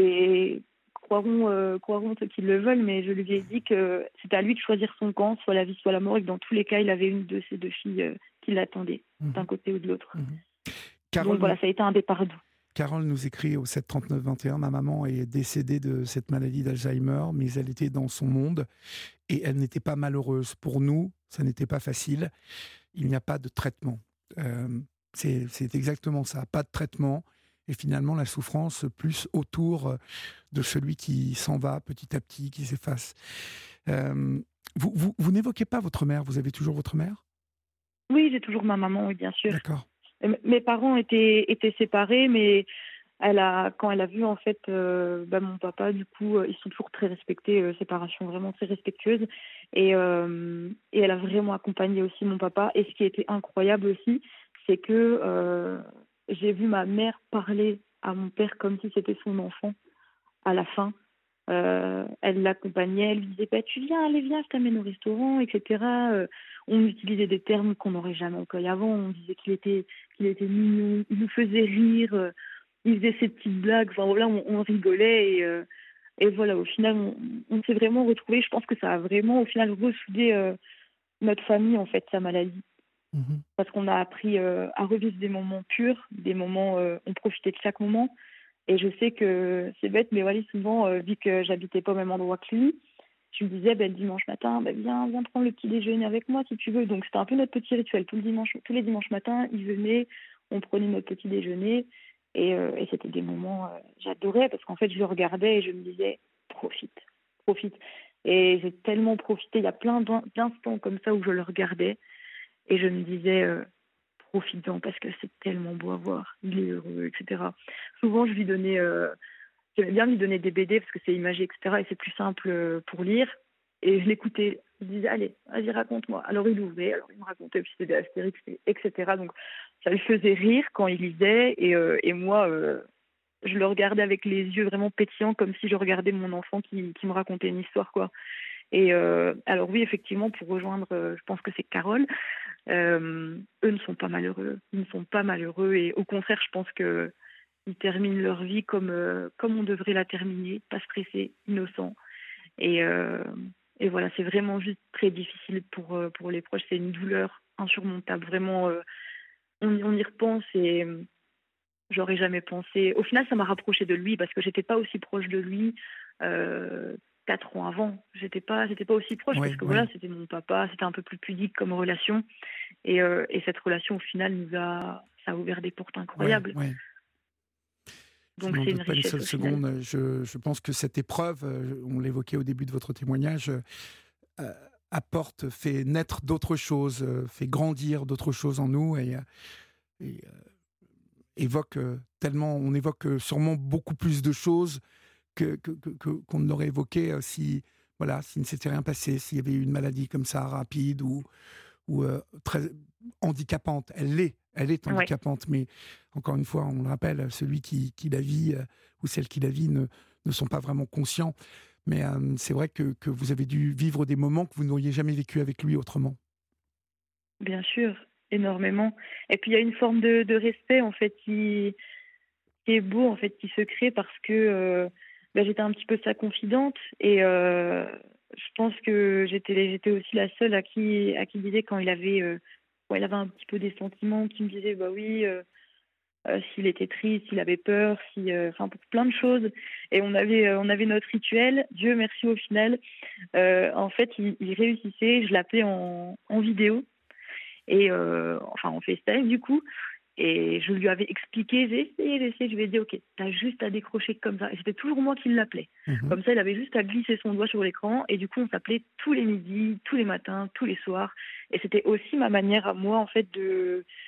Et croiront, euh, croiront ceux qui le veulent, mais je lui ai dit que c'était à lui de choisir son camp, soit la vie, soit la mort, et que dans tous les cas, il avait une de ces deux filles euh, qui l'attendaient, mmh. d'un côté ou de l'autre. Mmh. Carole, Donc voilà, ça a été un départ doux. Carole nous écrit au sept trente-neuf vingt et un, ma maman est décédée de cette maladie d'Alzheimer, mais elle était dans son monde et elle n'était pas malheureuse. Pour nous, ça n'était pas facile. Il n'y a pas de traitement. Euh, c'est, c'est exactement ça, pas de traitement. Et finalement, la souffrance plus autour de celui qui s'en va petit à petit, qui s'efface. Euh, vous, vous, vous n'évoquez pas votre mère, vous avez toujours votre mère ? Oui, j'ai toujours ma maman, oui, bien sûr. D'accord. Mes parents étaient, étaient séparés, mais elle a, quand elle a vu en fait euh, bah, mon papa, du coup, euh, ils sont toujours très respectés, euh, séparation vraiment très respectueuse. Et, euh, et elle a vraiment accompagné aussi mon papa. Et ce qui était incroyable aussi, c'est que euh, j'ai vu ma mère parler à mon père comme si c'était son enfant à la fin. Euh, elle l'accompagnait, elle lui disait bah, « tu viens, allez, viens, je t'amène au restaurant, et cetera » euh, On utilisait des termes qu'on n'aurait jamais employés avant. On disait qu'il était, qu'il était mignon, il nous faisait rire, euh, il faisait ses petites blagues. Enfin voilà, on, on rigolait et, euh, et voilà, au final, on, on s'est vraiment retrouvés. Je pense que ça a vraiment, au final, ressoudé euh, notre famille, en fait, sa maladie. Mmh. Parce qu'on a appris euh, à revivre des moments purs, des moments, euh, on profitait de chaque moment. Et je sais que c'est bête, mais voilà, souvent, euh, vu que j'habitais pas au même endroit que lui, je me disais, ben, le dimanche matin, ben, viens, viens prendre le petit déjeuner avec moi si tu veux. Donc c'était un peu notre petit rituel. Tout le dimanche, tous les dimanches matins, il venait, on prenait notre petit déjeuner. Et, euh, et c'était des moments, euh, j'adorais parce qu'en fait, je le regardais et je me disais, profite, profite. Et j'ai tellement profité. Il y a plein d'instants comme ça où je le regardais et je me disais, euh, profite-en parce que c'est tellement beau à voir. Il est heureux, et cetera. Souvent, je lui donnais... Euh, J'aimais bien lui donner des B D parce que c'est imagé, et cetera. Et c'est plus simple pour lire. Et je l'écoutais. Je disais, allez, vas-y, raconte-moi. Alors il ouvrait, alors il me racontait, puis c'était des Astérix, et cetera. Donc ça le faisait rire quand il lisait. Et, euh, et moi, euh, je le regardais avec les yeux vraiment pétillants, comme si je regardais mon enfant qui, qui me racontait une histoire, quoi. Et euh, alors oui, effectivement, pour rejoindre, euh, je pense que c'est Carole, euh, eux ne sont pas malheureux. Ils ne sont pas malheureux. Et au contraire, je pense que ils terminent leur vie comme, euh, comme on devrait la terminer, pas stressés, innocents. Et, euh, et voilà, c'est vraiment juste très difficile pour, euh, pour les proches. C'est une douleur insurmontable. Vraiment, euh, on, on y repense et euh, j'aurais jamais pensé. Au final, ça m'a rapprochée de lui parce que j'étais pas aussi proche de lui euh, quatre ans avant. J'étais pas, j'étais pas aussi proche oui, parce que oui. voilà, c'était mon papa, c'était un peu plus pudique comme relation. Et, euh, et cette relation, au final, nous a, ça a ouvert des portes incroyables. Oui, oui. Donc je c'est une pas une seule seconde. Je, je pense que cette épreuve, on l'évoquait au début de votre témoignage, euh, apporte, fait naître d'autres choses, euh, fait grandir d'autres choses en nous et, et euh, évoque tellement, on évoque sûrement beaucoup plus de choses que, que, que, qu'on ne l'aurait évoqué si, voilà, s'il ne s'était rien passé, s'il y avait eu une maladie comme ça rapide ou, ou euh, très handicapante. Elle l'est. Elle est handicapante, ouais. Mais encore une fois, on le rappelle, celui qui, qui la vit euh, ou celle qui la vit ne, ne sont pas vraiment conscients. Mais euh, c'est vrai que, que vous avez dû vivre des moments que vous n'auriez jamais vécu avec lui autrement. Bien sûr, énormément. Et puis il y a une forme de, de respect en fait qui, qui est beau en fait, qui se crée parce que euh, ben, j'étais un petit peu sa confidente et euh, je pense que j'étais, j'étais aussi la seule à qui, à qui il disait quand il avait euh, Bon, il avait un petit peu des sentiments qui me disaient bah oui euh, euh, s'il était triste, s'il avait peur, si euh, enfin pour plein de choses et on avait euh, on avait notre rituel. Dieu merci au final euh, en fait il, il réussissait, je l'appelais en, en vidéo et euh, enfin en FaceTime du coup et je lui avais expliqué, j'ai essayé, j'ai essayé, je lui ai dit ok, t'as juste à décrocher comme ça et c'était toujours moi qui l'appelais. Mmh. Comme ça il avait juste à glisser son doigt sur l'écran et du coup on s'appelait tous les midis, tous les matins, tous les soirs et c'était aussi ma manière à moi en fait de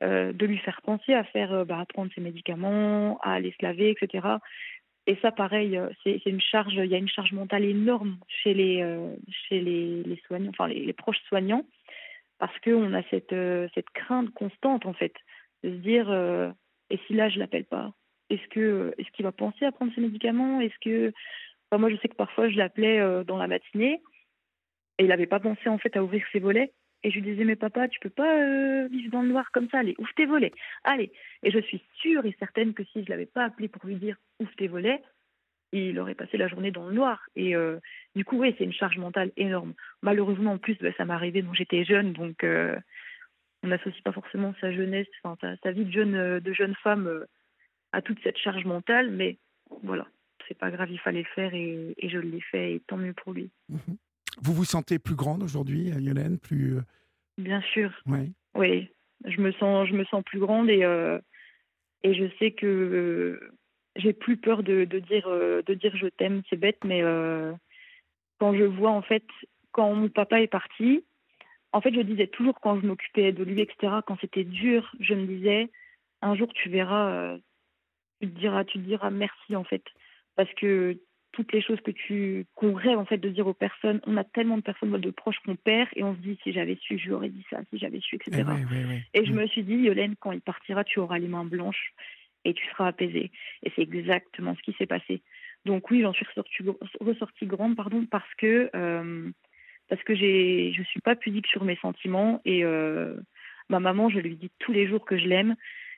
euh, de lui faire penser à faire, euh, bah, à prendre ses médicaments, à aller se laver, et cetera. Et ça, pareil, euh, c'est, c'est une charge, il y a une charge mentale énorme chez les, euh, chez les, les soignants, enfin les, les proches soignants, parce qu'on a cette, euh, cette crainte constante, en fait, de se dire, euh, et si là, je l'appelle pas, est-ce que, est-ce qu'il va penser à prendre ses médicaments? Est-ce que, enfin, moi, je sais que parfois, je l'appelais euh, dans la matinée, et il n'avait pas pensé, en fait, à ouvrir ses volets. Et je lui disais, mais papa, tu peux pas euh, vivre dans le noir comme ça, allez, ouvre tes volets, allez. Et je suis sûre et certaine que si je l'avais pas appelé pour lui dire, ouvre tes volets, il aurait passé la journée dans le noir. Et euh, du coup, oui, c'est une charge mentale énorme. Malheureusement, en plus, bah, ça m'est arrivé, donc j'étais jeune, donc euh, on n'associe pas forcément sa jeunesse, enfin, sa, sa vie de jeune, euh, de jeune femme euh, à toute cette charge mentale, mais voilà, c'est pas grave, il fallait le faire et, et je l'ai fait, et tant mieux pour lui. Mmh. Vous vous sentez plus grande aujourd'hui, Yolène, plus... Bien sûr. Oui. Oui, je me sens, je me sens plus grande et, euh, et je sais que euh, j'ai plus peur de, de, dire, euh, de dire je t'aime, c'est bête, mais euh, quand je vois, en fait, quand mon papa est parti, en fait, je disais toujours quand je m'occupais de lui, et cetera, quand c'était dur, je me disais, un jour tu verras, euh, tu te diras, tu te diras merci, en fait, parce que toutes les choses que tu qu'on rêve en fait de dire aux personnes, on a tellement de personnes, de proches qu'on perd et on se dit si j'avais su, je lui aurais dit ça, si j'avais su, et cetera. Et, oui, oui, oui. et je me suis dit, Yolène, quand il partira, tu auras les mains blanches et tu seras apaisée. Et c'est exactement ce qui s'est passé. Donc oui, j'en suis ressortie, ressortie grande, pardon, parce que euh, parce que j'ai, je suis pas pudique sur mes sentiments et euh, ma maman, je lui dis tous les jours que je l'aime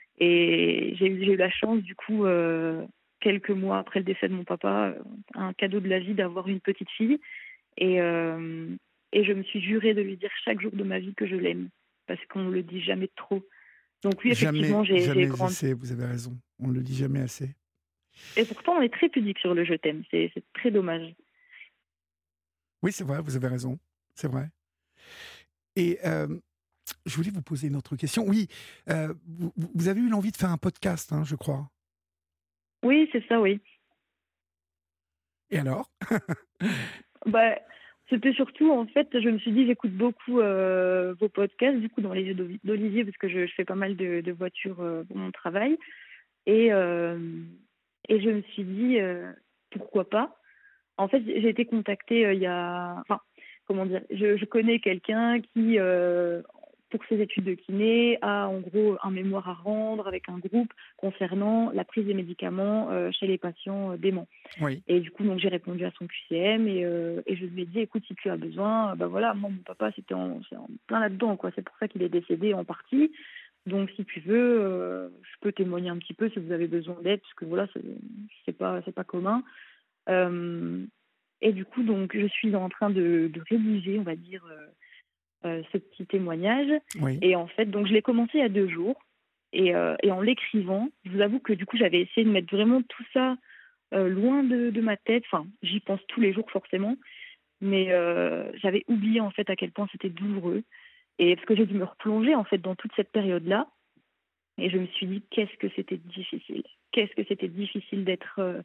et j'ai, j'ai eu la chance du coup. Euh, quelques mois après le décès de mon papa, un cadeau de la vie d'avoir une petite fille. Et, euh, et je me suis jurée de lui dire chaque jour de ma vie que je l'aime, parce qu'on ne le dit jamais trop. Donc oui, effectivement, jamais, j'ai, jamais j'ai grandi. Assez, vous avez raison, on ne le dit jamais assez. Et pourtant, on est très pudique sur le « je t'aime », c'est, c'est très dommage. Oui, c'est vrai, vous avez raison, c'est vrai. Et euh, je voulais vous poser une autre question. Oui, euh, vous, vous avez eu l'envie de faire un podcast, hein, je crois. Oui, c'est ça, oui. Et alors? bah, C'était surtout, en fait, je me suis dit, j'écoute beaucoup euh, vos podcasts, du coup, dans les yeux d'Olivier, parce que je, je fais pas mal de, de voitures euh, pour mon travail. Et, euh, et je me suis dit, euh, pourquoi pas? En fait, j'ai été contactée euh, il y a... Enfin, comment dire? Je, je connais quelqu'un qui... Euh, pour ses études de kiné, a en gros un mémoire à rendre avec un groupe concernant la prise des médicaments euh, chez les patients euh, déments. Oui. Et du coup, donc, j'ai répondu à son Q C M et, euh, et je lui ai dit, écoute, si tu as besoin, ben voilà, moi, mon papa, c'était en, c'est en plein là-dedans, quoi. C'est pour ça qu'il est décédé en partie. Donc, si tu veux, euh, je peux témoigner un petit peu si vous avez besoin d'aide, parce que voilà, c'est, c'est pas, c'est pas commun. Euh, et du coup, donc, je suis en train de, de rédiger, on va dire, euh, Euh, ce petit témoignage. Oui. Et en fait, donc je l'ai commencé il y a deux jours. Et, euh, et en l'écrivant, je vous avoue que du coup, j'avais essayé de mettre vraiment tout ça euh, loin de, de ma tête. Enfin, j'y pense tous les jours forcément. Mais euh, j'avais oublié en fait à quel point c'était douloureux. Et parce que j'ai dû me replonger en fait dans toute cette période-là. Et je me suis dit, qu'est-ce que c'était difficile. Qu'est-ce que c'était difficile d'être... Euh,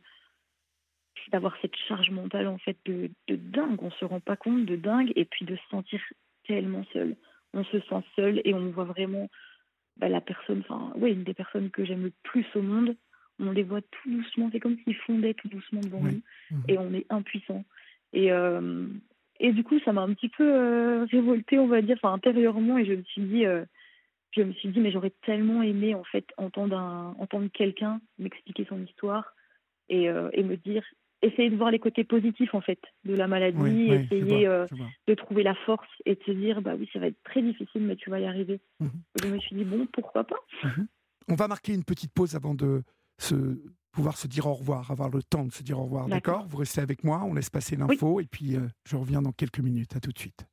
d'avoir cette charge mentale en fait de, de dingue. On se rend pas compte de dingue. Et puis de se sentir tellement seul. On se sent seul et on voit vraiment bah, la personne, enfin, oui, une des personnes que j'aime le plus au monde. On les voit tout doucement, c'est comme s'ils fondaient tout doucement devant oui. nous Mmh. et on est impuissant. Et, euh, et du coup, ça m'a un petit peu euh, révoltée, on va dire, enfin, intérieurement, et je me suis dit, euh, je me suis dit, mais j'aurais tellement aimé en fait entendre, un, entendre quelqu'un m'expliquer son histoire et, euh, et me dire. Essayer de voir les côtés positifs en fait de la maladie, oui, oui, essayer vois, euh, de trouver la force et de se dire bah oui ça va être très difficile mais tu vas y arriver. Mmh. Je me suis dit bon pourquoi pas. Mmh. On va marquer une petite pause avant de se, pouvoir se dire au revoir, avoir le temps de se dire au revoir. D'accord, D'accord. Vous restez avec moi, on laisse passer l'info oui. et puis euh, je reviens dans quelques minutes. À tout de suite.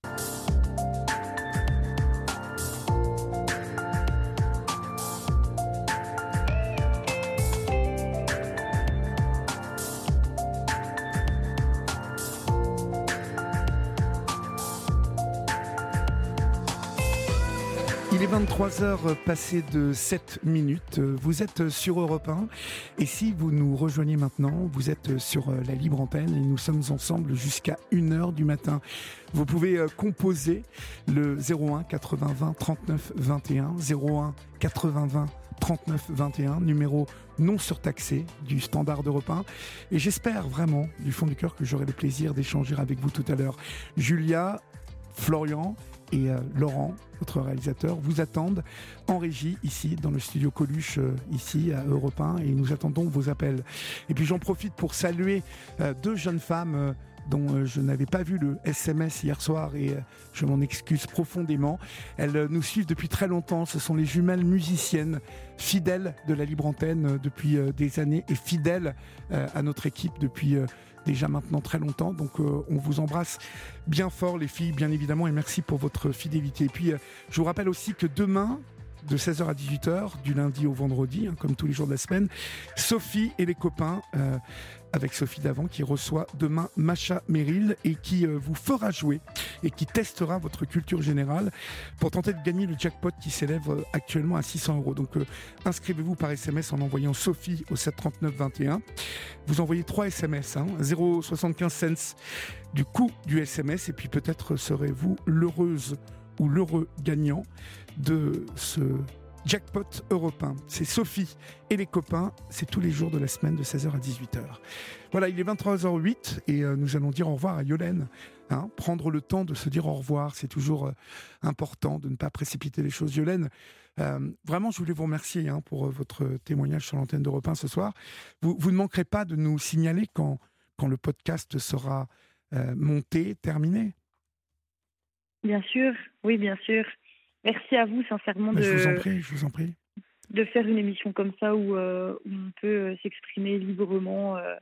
Il est vingt-trois heures passées de sept minutes. Vous êtes sur Europe un. Et si vous nous rejoignez maintenant, vous êtes sur la libre antenne et nous sommes ensemble jusqu'à une heure du matin. Vous pouvez composer le zéro un quatre-vingts vingt trente-neuf vingt et un, zéro un quatre-vingts vingt trente-neuf vingt et un, numéro non surtaxé du standard d'Europe un. Et j'espère vraiment, du fond du cœur, que j'aurai le plaisir d'échanger avec vous tout à l'heure. Julia, Florian et euh, Laurent, notre réalisateur, vous attendent en régie ici dans le studio Coluche, euh, ici à Europe un, et nous attendons vos appels. Et puis j'en profite pour saluer euh, deux jeunes femmes euh, dont euh, je n'avais pas vu le S M S hier soir et euh, je m'en excuse profondément. Elles euh, nous suivent depuis très longtemps. Ce sont les jumelles musiciennes fidèles de la libre antenne euh, depuis euh, des années et fidèles euh, à notre équipe depuis euh, déjà maintenant très longtemps. Donc euh, on vous embrasse bien fort les filles, bien évidemment, et merci pour votre fidélité. Et puis euh, je vous rappelle aussi que demain, de seize heures à dix-huit heures, du lundi au vendredi, hein, comme tous les jours de la semaine, Sophie et les copains, euh, avec Sophie Davant, qui reçoit demain Macha Merrill et qui euh, vous fera jouer et qui testera votre culture générale pour tenter de gagner le jackpot qui s'élève euh, actuellement à six cents euros. Donc euh, inscrivez-vous par S M S en envoyant Sophie au sept trente-neuf vingt et un. Vous envoyez trois S M S, hein, zéro soixante-quinze cents du coût du S M S, et puis peut-être serez-vous l'heureuse ou l'heureux gagnant de ce jackpot européen. C'est Sophie et les copains, c'est tous les jours de la semaine de seize heures à dix-huit heures. Voilà, il est vingt-trois heures zéro huit et euh, nous allons dire au revoir à Yolène. Hein, prendre le temps de se dire au revoir, c'est toujours euh, important de ne pas précipiter les choses. Yolène, euh, vraiment, je voulais vous remercier hein, pour euh, votre témoignage sur l'antenne d'Europe un ce soir. Vous, vous ne manquerez pas de nous signaler quand, quand le podcast sera euh, monté, terminé. Bien sûr, oui, bien sûr. Merci à vous, sincèrement, de, je vous en prie, je vous en prie. de faire une émission comme ça où, euh, où on peut euh, s'exprimer librement euh,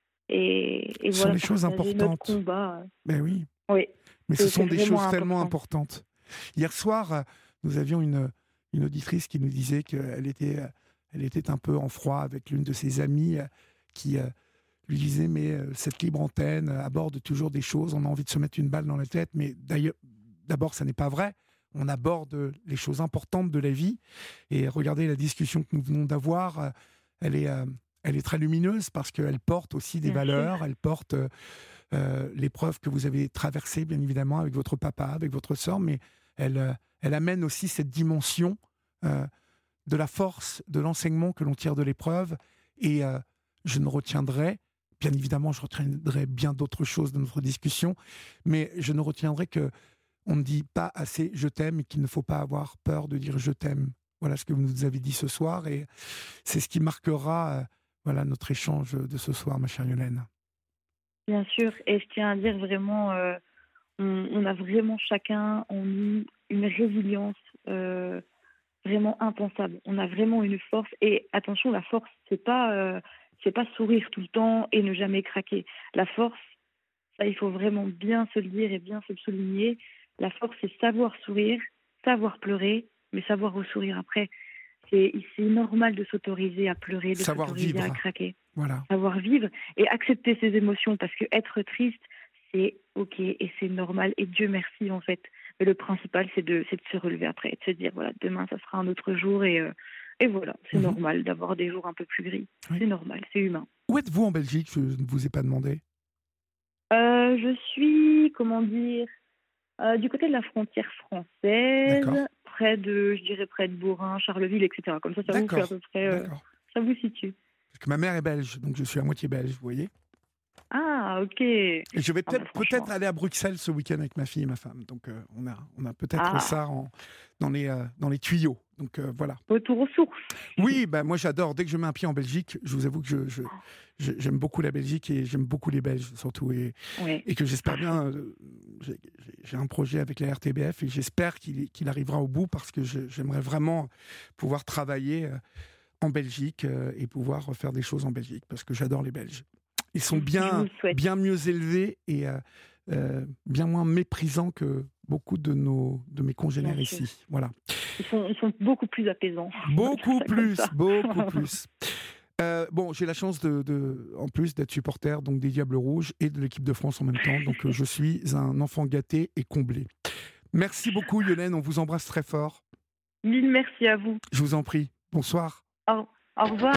et, et ce voilà, sont des choses importantes. Notre combat. Ben oui. Oui. Mais ce sont des choses important. tellement importantes. Hier soir, nous avions une, une auditrice qui nous disait qu'elle était, elle était un peu en froid avec l'une de ses amies qui lui disait mais cette libre antenne aborde toujours des choses, on a envie de se mettre une balle dans la tête, mais d'ailleurs, d'abord, ça n'est pas vrai. On aborde les choses importantes de la vie. Et regardez la discussion que nous venons d'avoir. Elle est, euh, elle est très lumineuse parce qu'elle porte aussi des bien valeurs. Sûr. Elle porte euh, l'épreuve que vous avez traversée, bien évidemment, avec votre papa, avec votre sœur. Mais elle, euh, elle amène aussi cette dimension euh, de la force, de l'enseignement que l'on tire de l'épreuve. Et euh, je ne retiendrai, bien évidemment, je retiendrai bien d'autres choses de notre discussion, mais je ne retiendrai que on ne dit pas assez « je t'aime » et qu'il ne faut pas avoir peur de dire « je t'aime ». Voilà ce que vous nous avez dit ce soir et c'est ce qui marquera euh, voilà, notre échange de ce soir, ma chère Yolène. Bien sûr, et je tiens à dire vraiment, euh, on, on a vraiment chacun en nous une résilience euh, vraiment impensable. On a vraiment une force et attention, la force, c'est pas, euh, c'est pas sourire tout le temps et ne jamais craquer. La force, ça il faut vraiment bien se le dire et bien se le souligner. La force, c'est savoir sourire, savoir pleurer, mais savoir ressourire après. C'est, c'est normal de s'autoriser à pleurer, de savoir s'autoriser vivre. à craquer. Voilà. Savoir vivre et accepter ses émotions, parce que être triste, c'est OK et c'est normal. Et Dieu merci, en fait. Mais le principal, c'est de, c'est de se relever après, de se dire, voilà, demain, ça sera un autre jour. Et, euh, et voilà, c'est mm-hmm. normal d'avoir des jours un peu plus gris. Oui. C'est normal, c'est humain. Où êtes-vous en Belgique ? Je ne vous ai pas demandé. Euh, je suis, comment dire... Euh, du côté de la frontière française, D'accord. près de, je dirais près de Bourrin, Charleville, et cetera. Comme ça, ça D'accord. vous fait à peu près, euh, ça vous situe. Parce que ma mère est belge, donc je suis à moitié belge, vous voyez. Ah, ok. Et je vais peut-être, ah, bah, peut-être aller à Bruxelles ce week-end avec ma fille et ma femme. Donc euh, on a, on a peut-être ah. ça en, dans les, euh, dans les tuyaux. Donc euh, voilà. Retour aux sources. Oui, bah moi j'adore. Dès que je mets un pied en Belgique, je vous avoue que je, je, je j'aime beaucoup la Belgique et j'aime beaucoup les Belges surtout et, oui. et que j'espère bien. Euh, j'ai, j'ai un projet avec la R T B F et j'espère qu'il, qu'il arrivera au bout parce que je, j'aimerais vraiment pouvoir travailler euh, en Belgique euh, et pouvoir faire des choses en Belgique parce que j'adore les Belges. Ils sont bien, bien mieux élevés et euh, euh, bien moins méprisants que beaucoup de, nos, de mes congénères ici. Voilà. Ils sont, ils sont beaucoup plus apaisants. Beaucoup plus, beaucoup plus. Euh, bon, j'ai la chance, de, de, en plus, d'être supporter donc, des Diables Rouges et de l'équipe de France en même temps. Donc, euh, je suis un enfant gâté et comblé. Merci beaucoup, Yolène. On vous embrasse très fort. Mille merci à vous. Je vous en prie. Bonsoir. Au, au revoir.